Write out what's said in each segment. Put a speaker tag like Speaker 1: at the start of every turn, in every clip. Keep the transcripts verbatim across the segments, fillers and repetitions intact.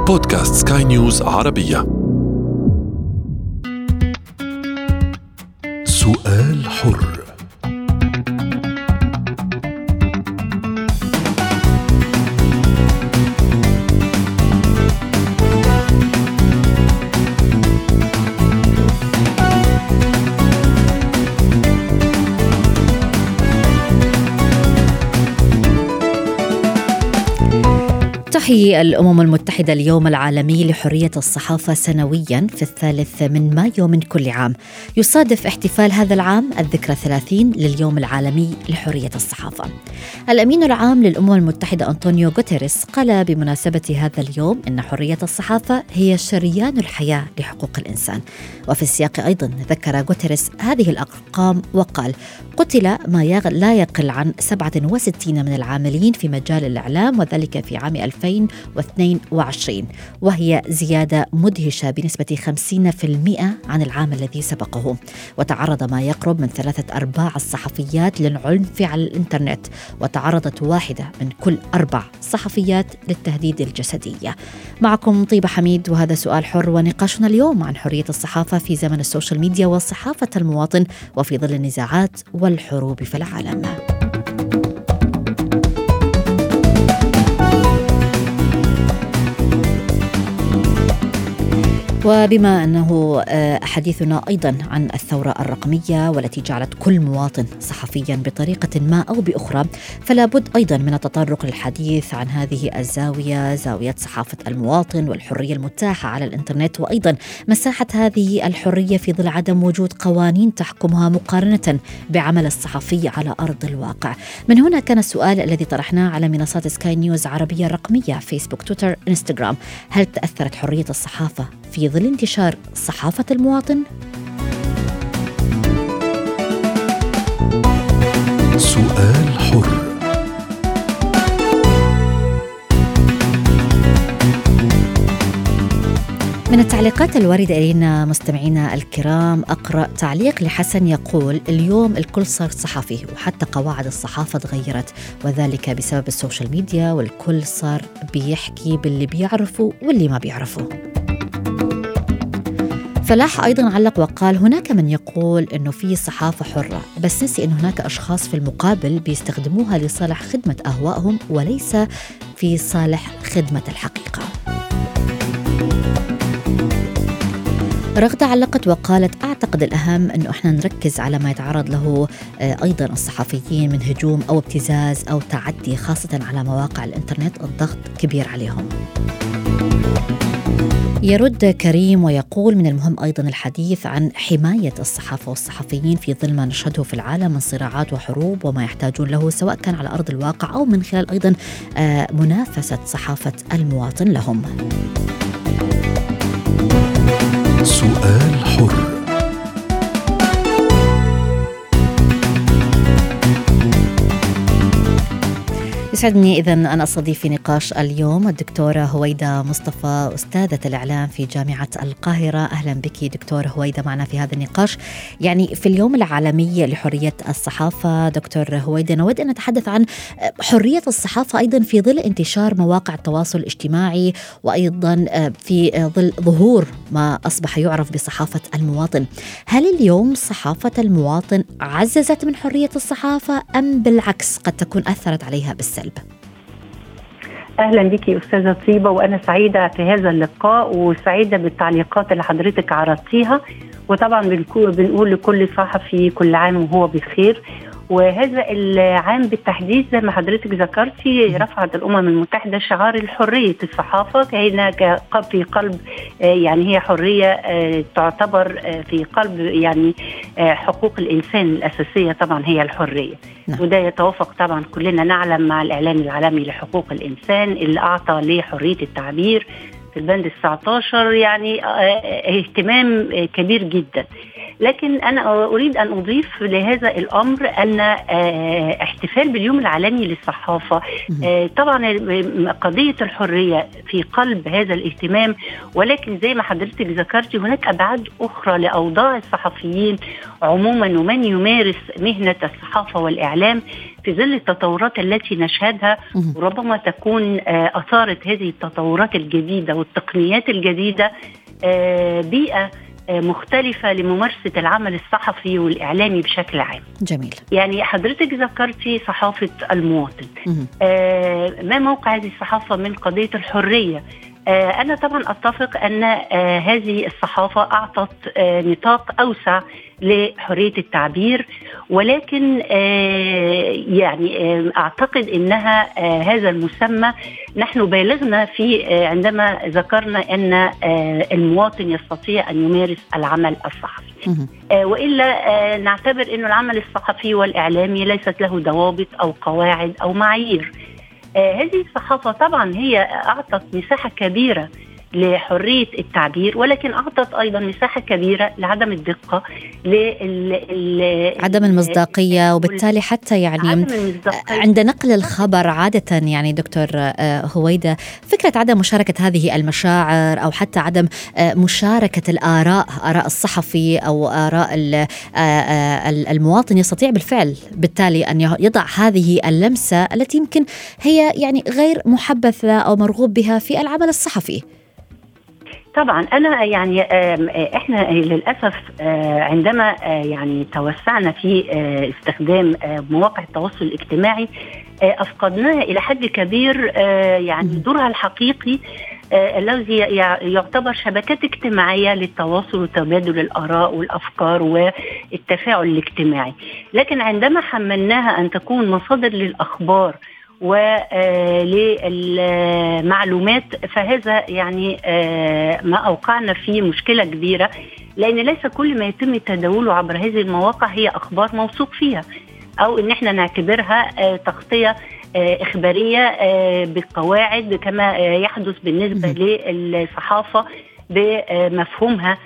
Speaker 1: بودكاست سكاي نيوز عربية. سؤال حر.
Speaker 2: تحيي الأمم المتحدة اليوم العالمي لحرية الصحافة سنوياً في الثالث من مايو من كل عام. يصادف احتفال هذا العام الذكرى الثلاثين لليوم العالمي لحرية الصحافة. الأمين العام للأمم المتحدة أنطونيو غوتيريس قال بمناسبة هذا اليوم إن حرية الصحافة هي شريان الحياة لحقوق الإنسان. وفي السياق أيضاً ذكر غوتيريس هذه الأرقام وقال: قتل ما يغ... لا يقل عن سبعة وستين من العاملين في مجال الإعلام، وذلك في عام ألفين واثنين وعشرين، وهي زيادة مدهشة بنسبة خمسين بالمئة عن العام الذي سبقه. وتعرض ما يقرب من ثلاثة أرباع الصحفيات للعنف على الإنترنت، وتعرضت واحدة من كل أربع صحفيات للتهديد الجسدي. معكم طيبة حميد، وهذا سؤال حر، ونقاشنا اليوم عن حرية الصحافة في زمن السوشيال ميديا وصحافة المواطن وفي ظل النزاعات والحروب في العالم. وبما أنه حديثنا أيضا عن الثورة الرقمية والتي جعلت كل مواطن صحفيا بطريقة ما أو بأخرى، فلا بد أيضا من التطرق للحديث عن هذه الزاوية، زاوية صحافة المواطن والحرية المتاحة على الإنترنت، وأيضا مساحة هذه الحرية في ظل عدم وجود قوانين تحكمها مقارنة بعمل الصحفي على أرض الواقع. من هنا كان السؤال الذي طرحناه على منصات سكاي نيوز عربية الرقمية، فيسبوك، تويتر، إنستغرام: هل تأثرت حرية الصحافة في ظل انتشار صحافة المواطن؟
Speaker 1: سؤال حر.
Speaker 2: من التعليقات الواردة إلينا مستمعينا الكرام، أقرأ تعليق لحسن يقول: اليوم الكل صار صحفي، وحتى قواعد الصحافة تغيرت، وذلك بسبب السوشيال ميديا، والكل صار بيحكي باللي بيعرفه واللي ما بيعرفه. فلاح أيضاً علق وقال: هناك من يقول أنه في صحافة حرة، بس نسي أن هناك أشخاص في المقابل بيستخدموها لصالح خدمة أهوائهم وليس في صالح خدمة الحقيقة. رغدة علقت وقالت: أعتقد الأهم أنه إحنا نركز على ما يتعرض له أيضاً الصحفيين من هجوم أو ابتزاز أو تعدي، خاصة على مواقع الإنترنت، الضغط كبير عليهم. يرد كريم ويقول: من المهم أيضا الحديث عن حماية الصحافة والصحفيين في ظل ما نشهده في العالم من صراعات وحروب وما يحتاجون له، سواء كان على أرض الواقع أو من خلال أيضا منافسة صحافة المواطن لهم.
Speaker 1: سؤال حر.
Speaker 2: يسعدني إذن أن أستضيف في نقاش اليوم الدكتورة هويدا مصطفى، أستاذة الإعلام في جامعة القاهرة. أهلا بك دكتور هويدا معنا في هذا النقاش. يعني في اليوم العالمي لحرية الصحافة دكتور هويدا، نود أن نتحدث عن حرية الصحافة أيضا في ظل انتشار مواقع التواصل الاجتماعي، وأيضا في ظل ظهور ما أصبح يعرف بصحافة المواطن. هل اليوم صحافة المواطن عززت من حرية الصحافة أم بالعكس قد تكون أثرت عليها بالسلب؟
Speaker 3: أهلا بك أستاذة طيبة، وأنا سعيدة في هذا اللقاء وسعيدة بالتعليقات اللي حضرتك عرضتيها. وطبعا بنقول لكل صحفي كل عام وهو بخير. وهذا العام بالتحديد زي ما حضرتك ذكرتي رفعت الأمم المتحدة شعار الحرية الصحافة، هناك في قلب يعني هي حرية تعتبر في قلب يعني حقوق الإنسان الأساسية، طبعا هي الحرية. نعم. وده يتوافق طبعا كلنا نعلم مع الإعلان العالمي لحقوق الإنسان اللي أعطى لحرية التعبير في البند التاسع عشر يعني اهتمام كبير جدا. لكن أنا أريد أن أضيف لهذا الأمر أن احتفال باليوم العالمي للصحافة طبعا قضية الحرية في قلب هذا الاهتمام، ولكن زي ما حضرتك ذكرتي هناك أبعاد أخرى لأوضاع الصحفيين عموما ومن يمارس مهنة الصحافة والإعلام في ظل التطورات التي نشهدها، وربما تكون أثارت هذه التطورات الجديدة والتقنيات الجديدة بيئة مختلفة لممارسة العمل الصحفي والإعلامي بشكل عام.
Speaker 2: جميل.
Speaker 3: يعني حضرتك ذكرتي صحافة المواطن. آه ما موقع هذه الصحافة من قضية الحرية؟ آه أنا طبعا أتفق أن آه هذه الصحافة أعطت آه نطاق أوسع لحرية التعبير، ولكن آه يعني آه أعتقد أنها آه هذا المسمى نحن بالغنا في آه عندما ذكرنا أن آه المواطن يستطيع أن يمارس العمل الصحفي، آه وإلا آه نعتبر أن العمل الصحفي والإعلامي ليست له ضوابط أو قواعد أو معايير. آه هذه الصحافة طبعا هي أعطت مساحة كبيرة لحرية التعبير، ولكن أعطت أيضا مساحة كبيرة لعدم الدقة،
Speaker 2: عدم المصداقية، وبالتالي حتى يعني عند نقل الخبر عادة يعني دكتور هويدا فكرة عدم مشاركة هذه المشاعر أو حتى عدم مشاركة الآراء، آراء الصحفي أو آراء المواطن يستطيع بالفعل بالتالي أن يضع هذه اللمسة التي يمكن هي يعني غير محبثة أو مرغوب بها في العمل الصحفي.
Speaker 3: طبعا أنا يعني إحنا للأسف عندما يعني توسعنا في استخدام مواقع التواصل الاجتماعي أفقدناها إلى حد كبير يعني دورها الحقيقي الذي يعتبر شبكات اجتماعية للتواصل وتبادل الآراء والأفكار والتفاعل الاجتماعي، لكن عندما حملناها أن تكون مصادر للأخبار وللمعلومات فهذا يعني ما أوقعنا في مشكلة كبيرة، لأن ليس كل ما يتم تداوله عبر هذه المواقع هي أخبار موثوق فيها، أو إن احنا نعتبرها تغطية إخبارية بقواعد كما يحدث بالنسبة للصحافة بمفهومها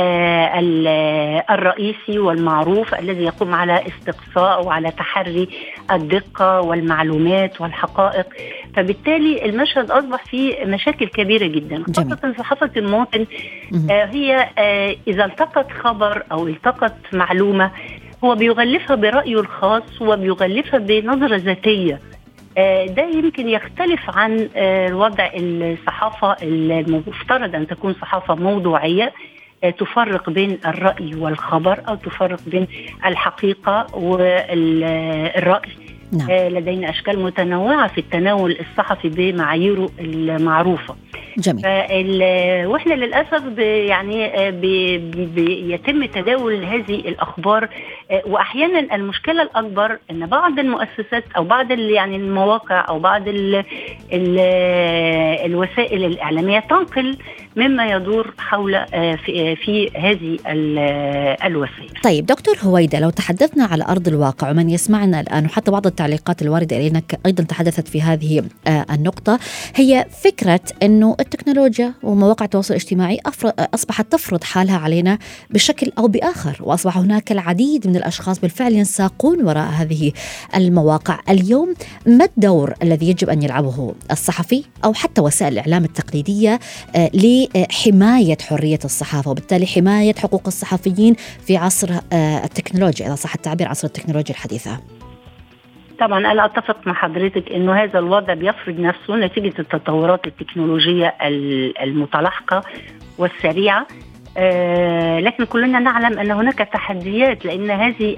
Speaker 3: الرئيسي والمعروف الذي يقوم على استقصاء وعلى تحري الدقة والمعلومات والحقائق. فبالتالي المشهد أصبح فيه مشاكل كبيرة جدا، خاصة صحافة المواطن. هي إذا التقط خبر أو التقط معلومة هو بيغلفها برأيه الخاص وبيغلفها بنظرة ذاتية. ده يمكن يختلف عن وضع الصحافة المفترض أن تكون صحافة موضوعية تفرق بين الرأي والخبر، أو تفرق بين الحقيقة والرأي. نعم. لدينا أشكال متنوعة في التناول الصحفي بمعاييره المعروفة.
Speaker 2: جميل.
Speaker 3: وإحنا للأسف يعني بي بي يتم تداول هذه الأخبار، وأحيانا المشكلة الأكبر أن بعض المؤسسات أو بعض يعني المواقع أو بعض ال ال الوسائل الإعلامية تنقل مما يدور حول في, في هذه الوسائل.
Speaker 2: طيب دكتور هويدا، لو تحدثنا على أرض الواقع ومن يسمعنا الآن وحتى بعض التعليقات الواردة إلينا أيضا تحدثت في هذه النقطة، هي فكرة أنه التكنولوجيا ومواقع التواصل الاجتماعي أصبحت تفرض حالها علينا بشكل أو بآخر، وأصبح هناك العديد من الأشخاص بالفعل ينساقون وراء هذه المواقع. اليوم ما الدور الذي يجب أن يلعبه الصحفي أو حتى وسائل الإعلام التقليدية لحماية حرية الصحافة وبالتالي حماية حقوق الصحفيين في عصر التكنولوجيا، إذا صح التعبير عصر التكنولوجيا الحديثة؟
Speaker 3: طبعا أنا أتفق مع حضرتك أنه هذا الوضع بيفرض نفسه نتيجة التطورات التكنولوجية المتلاحقة والسريعة، آه لكن كلنا نعلم أن هناك تحديات، لأن هذه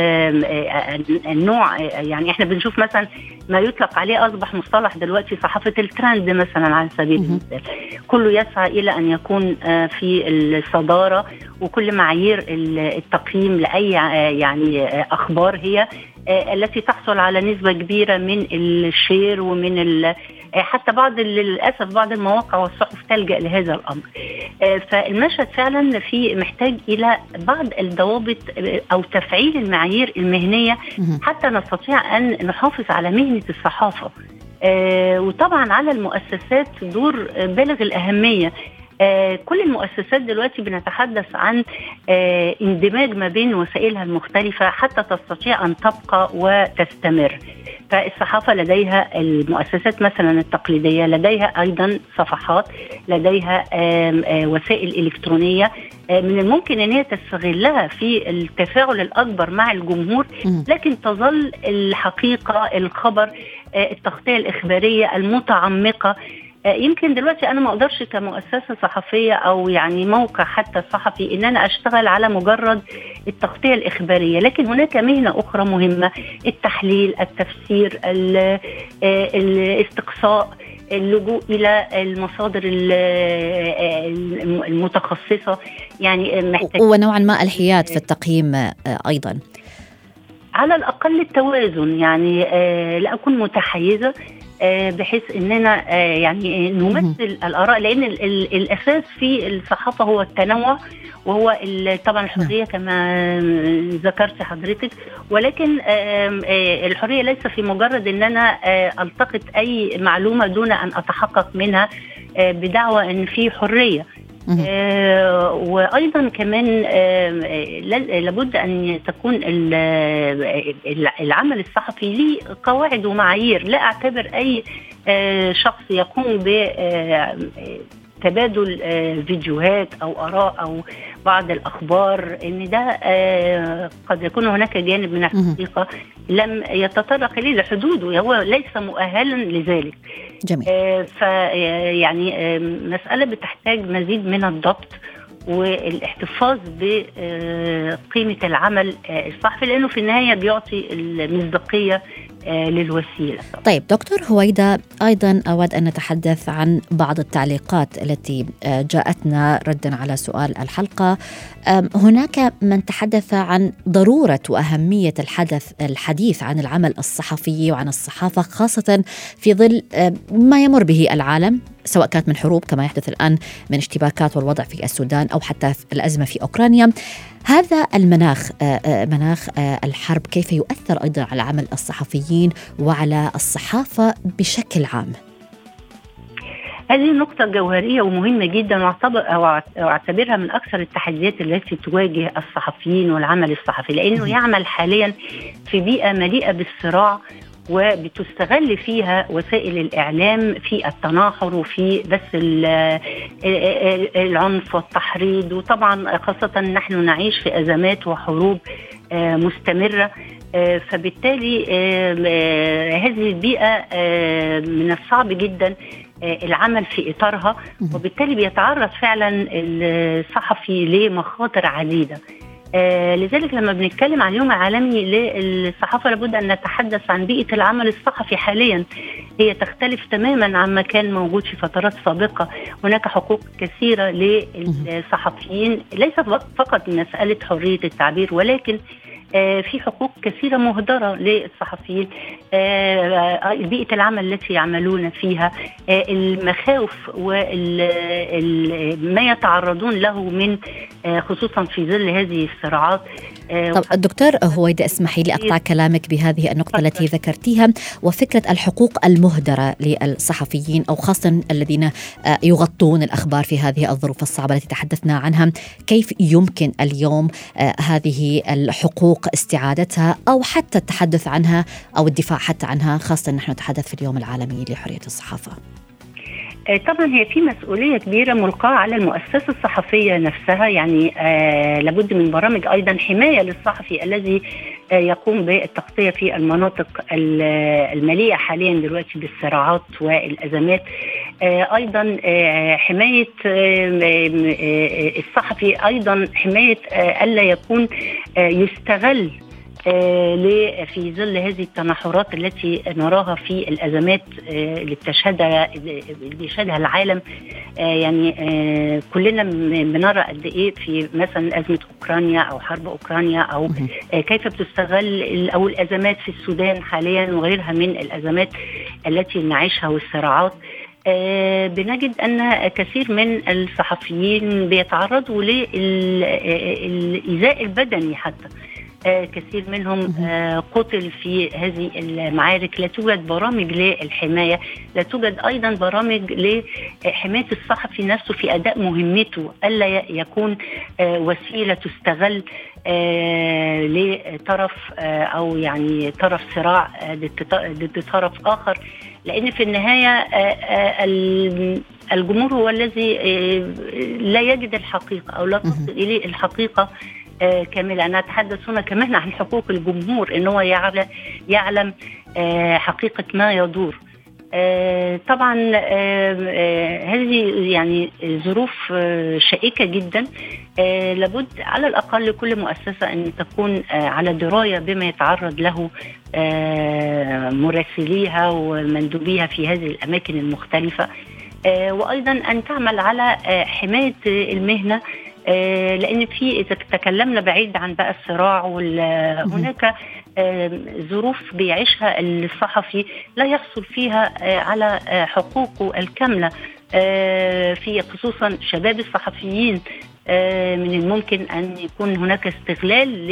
Speaker 3: النوع يعني إحنا بنشوف مثلا ما يطلق عليه أصبح مصطلح دلوقتي صحافة الترند مثلا على سبيل المثال، كله يسعى إلى أن يكون آه في الصدارة، وكل معايير التقييم لأي يعني آه أخبار هي آه التي تحصل على نسبة كبيرة من الشير ومن حتى بعض للأسف بعض المواقع والصحف تلجأ لهذا الأمر. فالمشهد فعلا في محتاج إلى بعض الضوابط أو تفعيل المعايير المهنية حتى نستطيع أن نحافظ على مهنة الصحافة. وطبعا على المؤسسات دور بالغ الأهمية. كل المؤسسات دلوقتي بنتحدث عن اندماج ما بين وسائلها المختلفة حتى تستطيع أن تبقى وتستمر. فالصحافة لديها المؤسسات مثلا التقليدية لديها أيضا صفحات، لديها وسائل إلكترونية من الممكن ان هي تستغلها في التفاعل الاكبر مع الجمهور، لكن تظل الحقيقه الخبر التغطيه الاخباريه المتعمقه. يمكن دلوقتي انا ما اقدرش كمؤسسه صحفيه او يعني موقع حتى صحفي ان انا اشتغل على مجرد التغطيه الاخباريه، لكن هناك مهنه اخرى مهمه، التحليل، التفسير، الاستقصاء، اللجوء الى المصادر المتخصصه، يعني محتاج
Speaker 2: ونوعا ما الحياد في التقييم ايضا،
Speaker 3: على الاقل التوازن، يعني لا اكون متحيزه بحيث اننا يعني نمثل الاراء، لان الاساس في الصحافه هو التنوع، وهو طبعا الحريه كما ذكرت حضرتك، ولكن الحريه ليس في مجرد ان انا التقط اي معلومه دون ان اتحقق منها بدعوى ان في حريه. آه وايضا كمان آه لابد ان تكون العمل الصحفي ليه قواعد ومعايير. لا اعتبر اي آه شخص يقوم بتبادل آه فيديوهات او اراء او بعض الاخبار ان ده آه قد يكون هناك جانب من الحقيقه لم يتطرق اليه لحدوده، هو ليس مؤهلا لذلك.
Speaker 2: جميل.
Speaker 3: آه فيعني آه مسألة بتحتاج مزيد من الضبط والاحتفاظ بقيمة العمل الصحفي، لأنه في النهاية بيعطي المصداقية للوسيلة.
Speaker 2: طيب دكتور هويدا، أيضا أود أن نتحدث عن بعض التعليقات التي جاءتنا ردا على سؤال الحلقة. هناك من تحدث عن ضرورة وأهمية الحدث الحديث عن العمل الصحفي وعن الصحافة، خاصة في ظل ما يمر به العالم، سواء كانت من حروب كما يحدث الآن، من اشتباكات والوضع في السودان، أو حتى الأزمة في أوكرانيا. هذا المناخ مناخ الحرب كيف يؤثر أيضا على عمل الصحفيين وعلى الصحافة بشكل عام؟
Speaker 3: هذه نقطة جوهرية ومهمة جدا، وأعتبرها من أكثر التحديات التي تواجه الصحفيين والعمل الصحفي، لأنه يعمل حاليا في بيئة مليئة بالصراع، وبتستغل فيها وسائل الإعلام في التناحر وفي بس العنف والتحريض، وطبعا خاصة نحن نعيش في أزمات وحروب مستمرة. فبالتالي هذه البيئة من الصعب جدا العمل في إطارها، وبالتالي بيتعرض فعلا الصحفي لمخاطر عديدة. آه لذلك لما بنتكلم عن يوم عالمي للصحافة لابد أن نتحدث عن بيئة العمل الصحفي حاليا. هي تختلف تماما عما كان موجود في فترات سابقة. هناك حقوق كثيرة للصحفيين، ليس فقط مسألة حرية التعبير، ولكن آه في حقوق كثيرة مهدرة للصحفيين، آه بيئة العمل التي يعملون فيها، آه المخاوف وما يتعرضون له من آه خصوصا في ظل هذه الصراعات.
Speaker 2: آه طب الدكتور هويدا، اسمحي لي أقطع كلامك بهذه النقطة فضل. التي ذكرتيها، وفكرة الحقوق المهدرة للصحفيين، أو خاصة الذين آه يغطون الأخبار في هذه الظروف الصعبة التي تحدثنا عنها. كيف يمكن اليوم آه هذه الحقوق استعادتها أو حتى التحدث عنها أو الدفاع حتى عنها، خاصة نحن نتحدث في اليوم العالمي لحرية الصحافة؟
Speaker 3: طبعا هي في مسؤولية كبيرة ملقاة على المؤسسة الصحفية نفسها، يعني آه لابد من برامج أيضا حماية للصحفي الذي آه يقوم بالتغطية في المناطق المليئة حاليا دلوقتي بالصراعات والأزمات. آه أيضا آه حماية آه الصحفي، أيضا حماية آه ألا يكون آه يستغل آه في ظل هذه التناحرات التي نراها في الأزمات آه اللي بتشهدها اللي بيشهدها العالم. آه يعني آه كلنا بنرى قد إيه في مثلا أزمة أوكرانيا أو حرب أوكرانيا، أو آه كيف بتستغل أو الأزمات في السودان حاليا وغيرها من الأزمات التي نعيشها والصراعات. آه بنجد أن كثير من الصحفيين بيتعرضوا للإيذاء البدني حتى. آه كثير منهم آه قتل في هذه المعارك. لا توجد برامج للحماية، لا توجد أيضا برامج لحماية الصحفي نفسه في أداء مهمته، ألا يكون آه وسيلة تستغل آه لطرف آه أو يعني طرف صراع ضد آه طرف آخر. لأن في النهاية آه آه الجمهور هو الذي لا يجد الحقيقة أو لا تصل إليه الحقيقة كاملة. أنا أتحدث هنا كمان عن حقوق الجمهور، إنه يعلم, يعلم حقيقة ما يدور. طبعا هذه يعني ظروف شائكة جدا، لابد على الأقل لكل مؤسسة أن تكون على دراية بما يتعرض له مراسليها ومندوبيها في هذه الأماكن المختلفة، وأيضا أن تعمل على حماية المهنة، لأن في إذا تكلمنا بعيد عن بقى الصراع، هناك ظروف بيعيشها الصحفي لا يحصل فيها على حقوقه الكاملة، في خصوصا شباب الصحفيين. من الممكن أن يكون هناك استغلال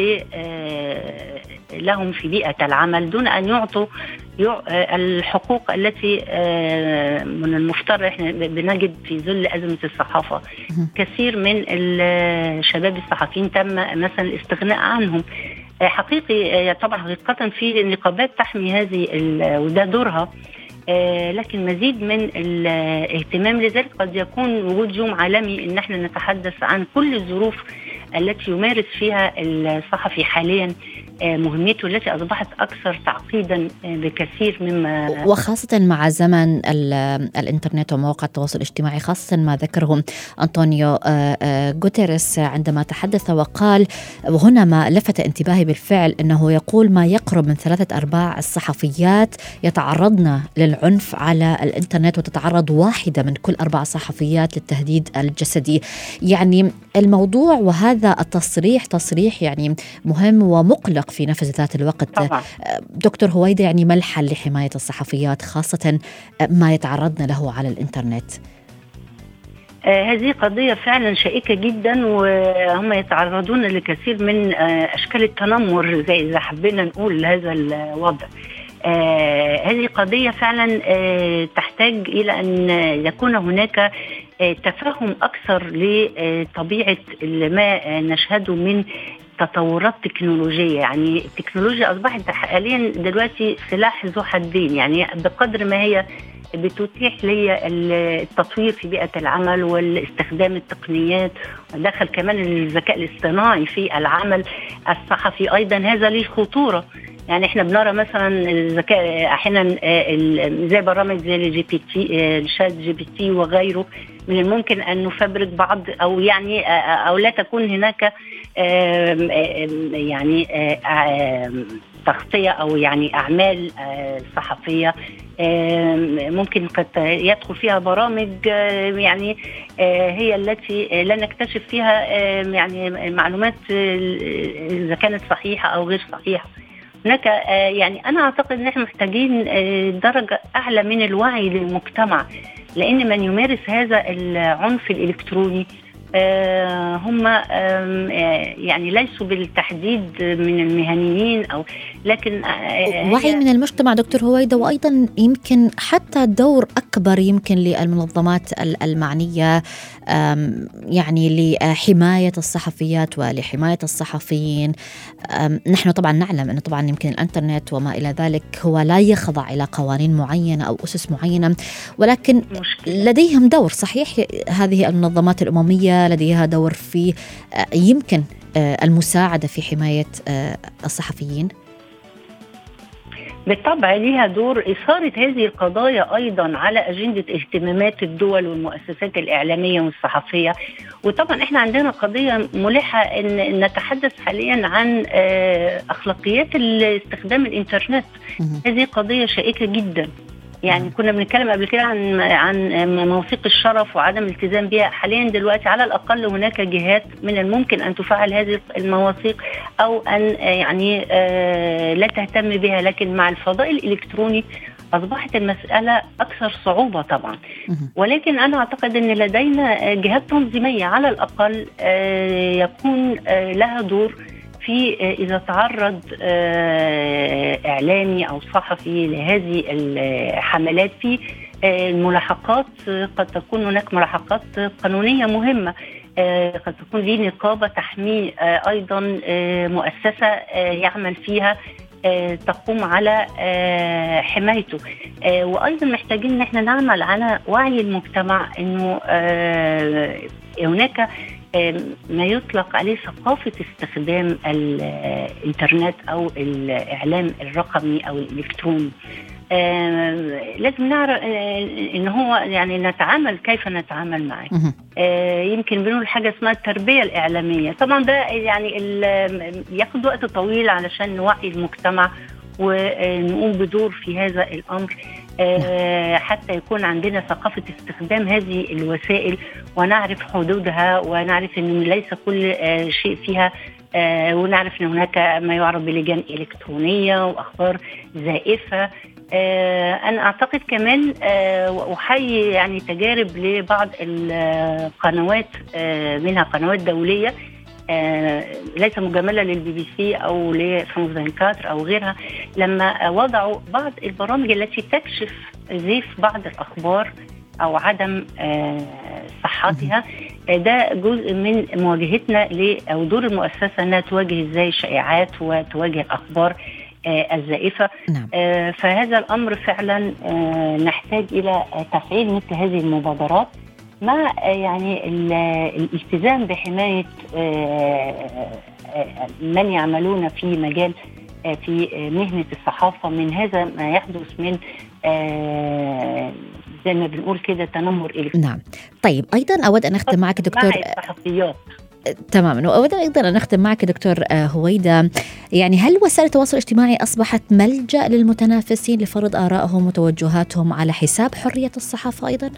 Speaker 3: لهم في بيئة العمل دون أن يعطوا الحقوق التي من المفترض. احنا بنجد في ظل أزمة الصحافة كثير من الشباب الصحفيين تم مثلا الاستغناء عنهم. حقيقي طبعا حقيقة في نقابات تحمي هذه وده دورها، لكن مزيد من الاهتمام. لذلك قد يكون وجود يوم عالمي ان احنا نتحدث عن كل الظروف التي يمارس فيها الصحفي حاليا مهمته، التي أصبحت أكثر تعقيدا بكثير مما،
Speaker 2: وخاصة مع زمن الإنترنت ومواقع التواصل الاجتماعي، خاصة ما ذكره أنطونيو غوتيريس عندما تحدث وقال، وهنا ما لفت انتباهي بالفعل، أنه يقول ما يقرب من ثلاثة أرباع الصحفيات يتعرضن للعنف على الإنترنت، وتتعرض واحدة من كل أربع صحفيات للتهديد الجسدي. يعني الموضوع وهذا التصريح تصريح يعني مهم ومقلق في نفس ذات الوقت. طبعا. دكتور هويدا، يعني ما الحل لحماية الصحفيات خاصة ما يتعرضن له على الإنترنت؟
Speaker 3: آه هذه قضية فعلا شائكة جدا، وهم يتعرضون لكثير من آه أشكال التنمر، زي إذا حبينا نقول هذا الوضع. آه هذه قضية فعلا آه تحتاج إلى أن يكون هناك آه تفهم أكثر لطبيعة ما نشهده من تطورات تكنولوجية. يعني التكنولوجيا أصبحت حاليا دلوقتي سلاح ذو حدين، يعني بقدر ما هي بتتيح لي التطوير في بيئة العمل والاستخدام التقنيات، ودخل كمان الذكاء الاصطناعي في العمل الصحفي أيضا، هذا له خطورة. يعني احنا بنرى مثلا الذكاء احيانا زي برامج زي الجي بي تي، الشات جي بي تي وغيره، من الممكن ان نفبرك بعض او يعني او لا تكون هناك يعني تغطية او يعني اعمال صحفية ممكن قد يدخل فيها برامج يعني هي التي لا نكتشف فيها يعني معلومات اذا كانت صحيحة او غير صحيحة. هناك يعني أنا أعتقد أن احنا محتاجين درجة أعلى من الوعي للمجتمع، لأن من يمارس هذا العنف الإلكتروني هم يعني ليسوا بالتحديد من المهنيين أو لكن
Speaker 2: وعي من المجتمع دكتور هويدا، وأيضا يمكن حتى دور أكبر يمكن للمنظمات المعنية يعني لحماية الصحفيات ولحماية الصحفيين. نحن طبعا نعلم أن طبعا يمكن الإنترنت وما إلى ذلك هو لا يخضع إلى قوانين معينة أو أسس معينة، ولكن مشكلة. لديهم دور صحيح. هذه المنظمات الأممية لديها دور في يمكن المساعدة في حماية الصحفيين.
Speaker 3: بالطبع لها دور إثارة هذه القضايا أيضا على أجندة اهتمامات الدول والمؤسسات الإعلامية والصحفية. وطبعا إحنا عندنا قضية ملحة أن نتحدث حاليا عن أخلاقيات استخدام الإنترنت. هذه قضية شائكة جدا، يعني كنا بنتكلم قبل كده عن عن مواثيق الشرف وعدم الالتزام بها. حاليا دلوقتي على الأقل هناك جهات من الممكن أن تفعل هذه المواثيق أو أن يعني لا تهتم بها، لكن مع الفضاء الإلكتروني أصبحت المسألة أكثر صعوبة طبعا. ولكن أنا أعتقد أن لدينا جهات تنظيمية على الأقل يكون لها دور في إذا تعرض إعلامي أو صحفي لهذه الحملات في الملاحقات. قد تكون هناك ملاحقات قانونية مهمة، قد تكون لي نقابة تحمي أيضا مؤسسة يعمل فيها تقوم على حمايته. وأيضا محتاجين أن احنا نعمل على وعي المجتمع أنه هناك ما يطلق عليه ثقافة استخدام الإنترنت أو الإعلام الرقمي أو الإلكتروني. آه لازم نعرف آه ان هو يعني نتعامل كيف نتعامل معه. آه يمكن بنقول حاجه اسمها التربيه الاعلاميه، طبعا ده يعني ياخد وقت طويل علشان نوعي المجتمع ونقوم بدور في هذا الامر، آه حتى يكون عندنا ثقافه استخدام هذه الوسائل ونعرف حدودها ونعرف ان ليس كل آه شيء فيها، آه ونعرف ان هناك ما يعرف بلجان الكترونيه واخبار زائفه. آه أنا أعتقد كمان آه أحيي يعني تجارب لبعض القنوات، آه منها قنوات دولية آه ليس مجاملة للبي بي سي أو لفرانس فينتوار أو غيرها، لما وضعوا بعض البرامج التي تكشف زيف بعض الأخبار أو عدم آه صحتها. آه ده جزء من مواجهتنا أو دور المؤسسة أنها تواجه إزاي الشائعات وتواجه الأخبار آه الزائفة.
Speaker 2: نعم.
Speaker 3: آه فهذا الأمر فعلا آه نحتاج إلى تفعيل مثل هذه المبادرات مع آه يعني الالتزام بحماية آه آه من يعملون في مجال آه في آه مهنة الصحافة من هذا ما يحدث من آه زي ما بنقول كده تنمر إلكتروني.
Speaker 2: نعم. طيب أيضا أود أن أختم معك دكتور
Speaker 3: الصحفيات.
Speaker 2: تماما، وأود أيضا أن أختم معك دكتور هويدا، يعني هل وسائل التواصل الاجتماعي أصبحت ملجأ للمتنافسين لفرض آرائهم وتوجهاتهم على حساب حرية الصحافة أيضا؟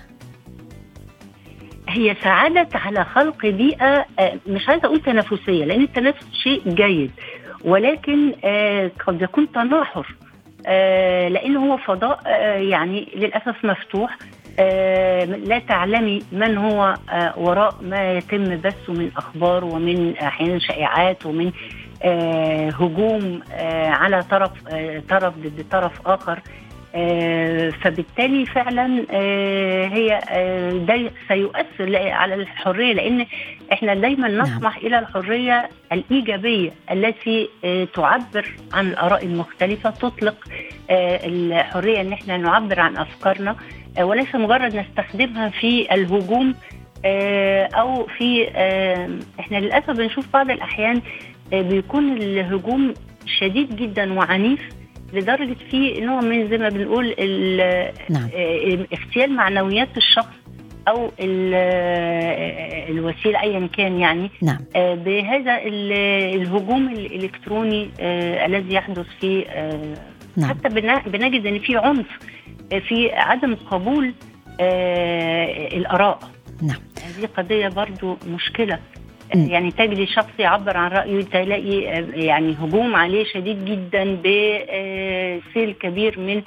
Speaker 3: هي ساعدت على خلق بيئة مش عايزة أقول تنافسية لأن التنافس شيء جيد، ولكن قد يكون تناحر لأنه هو فضاء يعني للأسف مفتوح، آه لا تعلمي من هو آه وراء ما يتم بثه من أخبار ومن أحيانا شائعات ومن آه هجوم آه على طرف آه طرف ضد طرف آخر. آه فبالتالي فعلا آه هي آه ده سيؤثر على الحرية، لأن احنا دايما نطمح إلى الحرية الإيجابية التي آه تعبر عن الآراء المختلفة، تطلق آه الحرية أن احنا نعبر عن أفكارنا وليس مجرد نستخدمها في الهجوم أو في إحنا للأسف بنشوف بعض الأحيان بيكون الهجوم شديد جدا وعنيف لدرجة فيه نوع من زي ما بنقول
Speaker 2: نعم.
Speaker 3: اغتيال معنويات الشخص أو الوسيلة أيا كان يعني.
Speaker 2: نعم.
Speaker 3: بهذا الهجوم الإلكتروني الذي يحدث فيه. نعم. حتى بنجد أن في عنف، في عدم قبول آه الآراء.
Speaker 2: نعم.
Speaker 3: هذه قضية برضو مشكلة. م. يعني تجري شخص يعبر عن رأيه تلاقي آه يعني هجوم عليه شديد جدا بسيل كبير من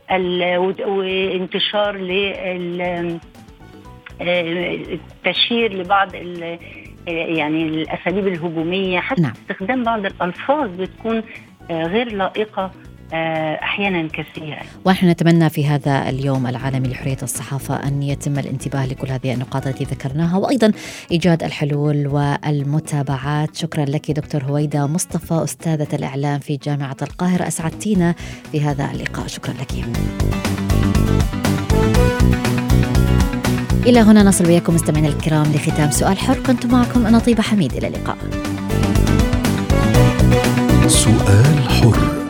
Speaker 3: وانتشار للتشهير لبعض يعني الأساليب الهجومية، حتى
Speaker 2: نعم.
Speaker 3: استخدام بعض الألفاظ بتكون آه غير لائقة أحيانا كثيرا.
Speaker 2: ونحن نتمنى في هذا اليوم العالمي لحرية الصحافة أن يتم الانتباه لكل هذه النقاط التي ذكرناها، وأيضا إيجاد الحلول والمتابعات. شكرا لك دكتور هويدا مصطفى، أستاذة الإعلام في جامعة القاهرة، أسعدتينا في هذا اللقاء. شكرا لك. إلى هنا نصل وياكم مستمعينا الكرام لختام سؤال حر، كنت معكم أنا طيبة حميد، إلى اللقاء.
Speaker 1: سؤال حر.